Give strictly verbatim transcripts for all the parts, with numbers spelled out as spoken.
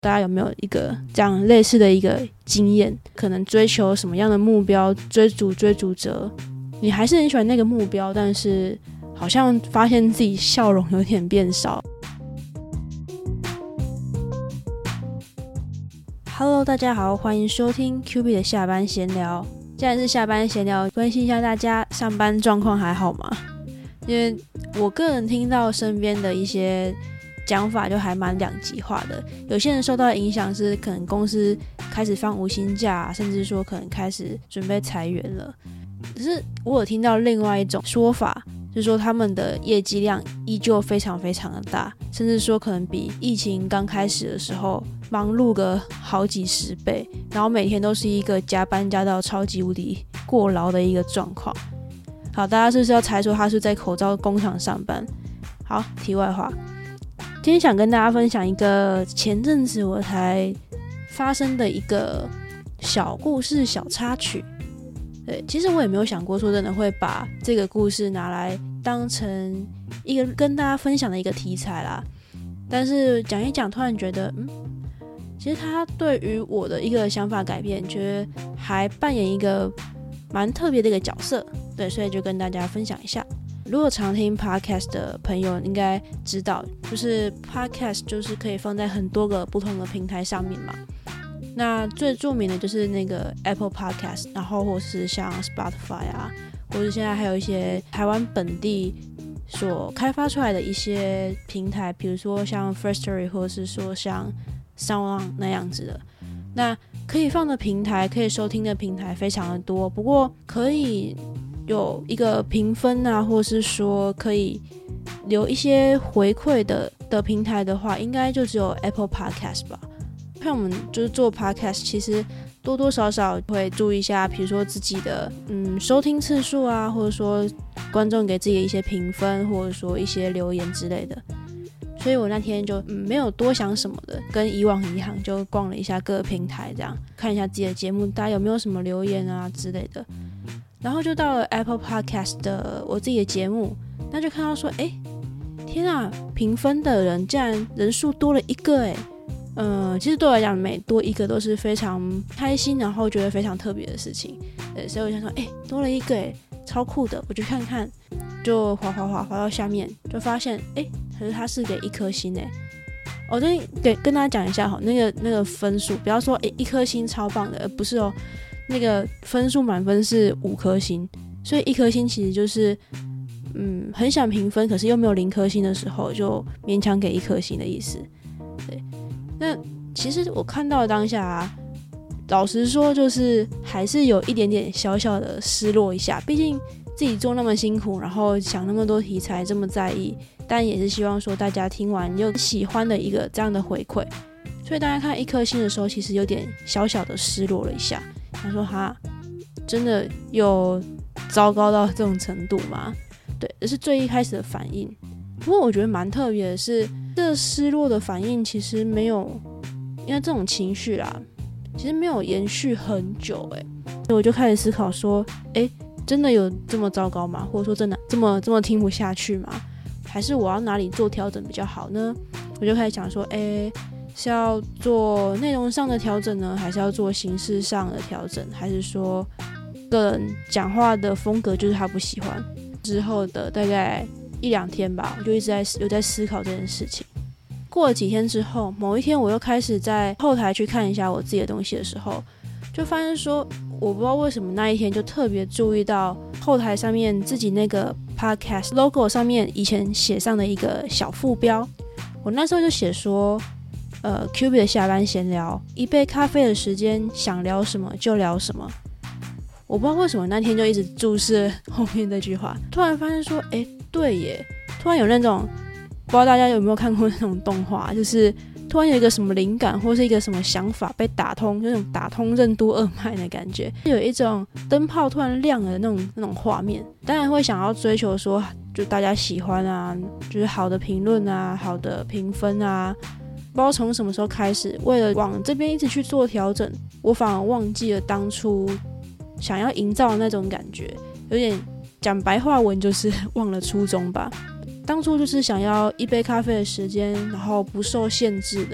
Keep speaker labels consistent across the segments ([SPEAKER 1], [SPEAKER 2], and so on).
[SPEAKER 1] 大家有没有一个这样类似的一个经验？可能追求什么样的目标，追逐追逐者，你还是很喜欢那个目标，但是好像发现自己笑容有点变少。Hello， 大家好，欢迎收听 Q B 的下班闲聊。既然是下班闲聊，关心一下大家上班状况还好吗？因为我个人听到身边的一些讲法就还蛮两极化的，有些人受到的影响是可能公司开始放无薪假，甚至说可能开始准备裁员了。可是我有听到另外一种说法，就是说他们的业绩量依旧非常非常的大，甚至说可能比疫情刚开始的时候忙碌个好几十倍，然后每天都是一个加班加到超级无敌过劳的一个状况。好，大家是不是要猜说他是在口罩工厂上班？好，题外话，今天想跟大家分享一个前阵子我才发生的一个小故事、小插曲。对，其实我也没有想过说真的会把这个故事拿来当成一个跟大家分享的一个题材啦。但是讲一讲，突然觉得，嗯，其实他对于我的一个想法改变，觉得还扮演一个蛮特别的一个角色。对，所以就跟大家分享一下。如果常听 podcast 的朋友应该知道，就是 podcast 就是可以放在很多个不同的平台上面嘛。那最著名的就是那个 Apple Podcast， 然后或是像 Spotify 啊，或是现在还有一些台湾本地所开发出来的一些平台，比如说像 Firstory 或是说像 SoundOn 那样子的。那可以放的平台，可以收听的平台非常的多，不过可以有一个评分啊，或是说可以留一些回馈的的平台的话，应该就只有 Apple Podcast 吧。像我们就是做 Podcast， 其实多多少少会注意一下，比如说自己的嗯收听次数啊，或者说观众给自己的一些评分，或者说一些留言之类的。所以我那天就、嗯、没有多想什么的，跟以往一样，就逛了一下各个平台，这样看一下自己的节目大家有没有什么留言啊之类的。然后就到了 Apple Podcast 的我自己的节目，那就看到说，哎，天啊，评分的人竟然人数多了一个哎。嗯，其实对我来讲，每多一个都是非常开心，然后觉得非常特别的事情。对，所以我想说，哎，多了一个哎，超酷的，我去看看。就滑滑滑滑到下面，就发现，哎，可是它是给一颗星哎。我这给跟大家讲一下哈，那个那个分数，不要说哎一颗星超棒的，而不是哦。那个分数满分是五颗星，所以一颗星其实就是嗯很想评分，可是又没有零颗星的时候，就勉强给一颗星的意思。对，那其实我看到当下啊，老实说就是还是有一点点小小的失落一下，毕竟自己做那么辛苦，然后想那么多题材这么在意，但也是希望说大家听完有喜欢的一个这样的回馈，所以大家看一颗星的时候，其实有点小小的失落了一下。他说哈，真的有糟糕到这种程度吗？对，这是最一开始的反应。不过我觉得蛮特别的是，这个失落的反应其实没有，因为这种情绪啦，其实没有延续很久哎、欸，所以我就开始思考说，哎，真的有这么糟糕吗？或者说真的这么这么听不下去吗？还是我要哪里做调整比较好呢？我就开始想说，哎。是要做内容上的调整呢，还是要做形式上的调整，还是说个人讲话的风格就是他不喜欢？之后的大概一两天吧，我就一直在有在思考这件事情。过了几天之后，某一天我又开始在后台去看一下我自己的东西的时候，就发现说，我不知道为什么那一天就特别注意到后台上面自己那个 podcast logo 上面以前写上的一个小副标，我那时候就写说。呃 Q B 的下班闲聊，一杯咖啡的时间，想聊什么就聊什么。我不知道为什么那天就一直注视后面这句话，突然发现说，哎，对耶！突然有那种，不知道大家有没有看过那种动画，就是突然有一个什么灵感或是一个什么想法被打通，就那种打通任督二脉的感觉，有一种灯泡突然亮了的那种那种画面。当然会想要追求说，就大家喜欢啊，就是好的评论啊，好的评分啊。不知道从什么时候开始，为了往这边一直去做调整，我反而忘记了当初想要营造的那种感觉，有点讲白话文就是忘了初衷吧。当初就是想要一杯咖啡的时间，然后不受限制的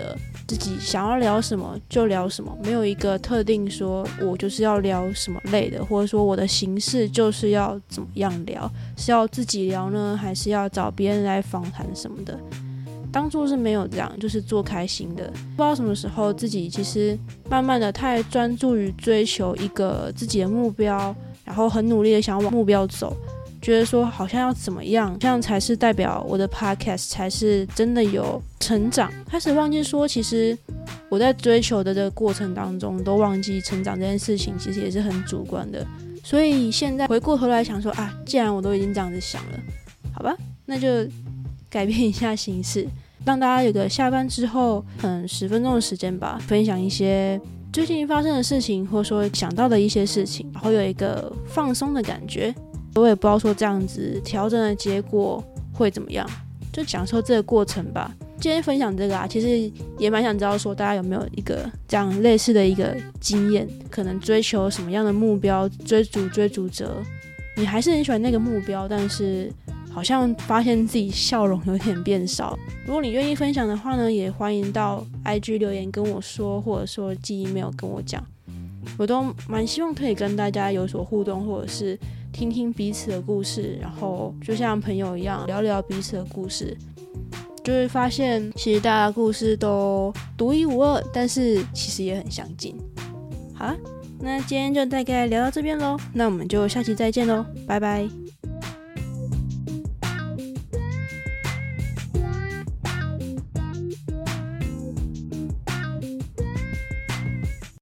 [SPEAKER 1] 自己想要聊什么就聊什么，没有一个特定说我就是要聊什么类的，或者说我的形式就是要怎么样聊，是要自己聊呢，还是要找别人来访谈什么的。当初是没有这样，就是做开心的。不知道什么时候自己其实慢慢的太专注于追求一个自己的目标，然后很努力的想要往目标走，觉得说好像要怎么样，这样才是代表我的 podcast 才是真的有成长。开始忘记说其实我在追求的这个过程当中都忘记成长这件事情其实也是很主观的。所以现在回过头来想说啊，既然我都已经这样子想了，好吧，那就改变一下形式，让大家有个下班之后可能十分钟的时间吧，分享一些最近发生的事情，或者说想到的一些事情，然后有一个放松的感觉。我也不知道说这样子调整的结果会怎么样，就享受这个过程吧。今天分享这个啊，其实也蛮想知道说大家有没有一个这样类似的一个经验，可能追求什么样的目标，追逐追逐者，你还是很喜欢那个目标，但是好像发现自己笑容有点变少。如果你愿意分享的话呢，也欢迎到 I G 留言跟我说，或者说寄 email 跟我讲，我都蛮希望可以跟大家有所互动，或者是听听彼此的故事，然后就像朋友一样聊聊彼此的故事，就会发现其实大家的故事都独一无二，但是其实也很相近。好啦，那今天就大概聊到这边咯，那我们就下期再见咯，拜拜。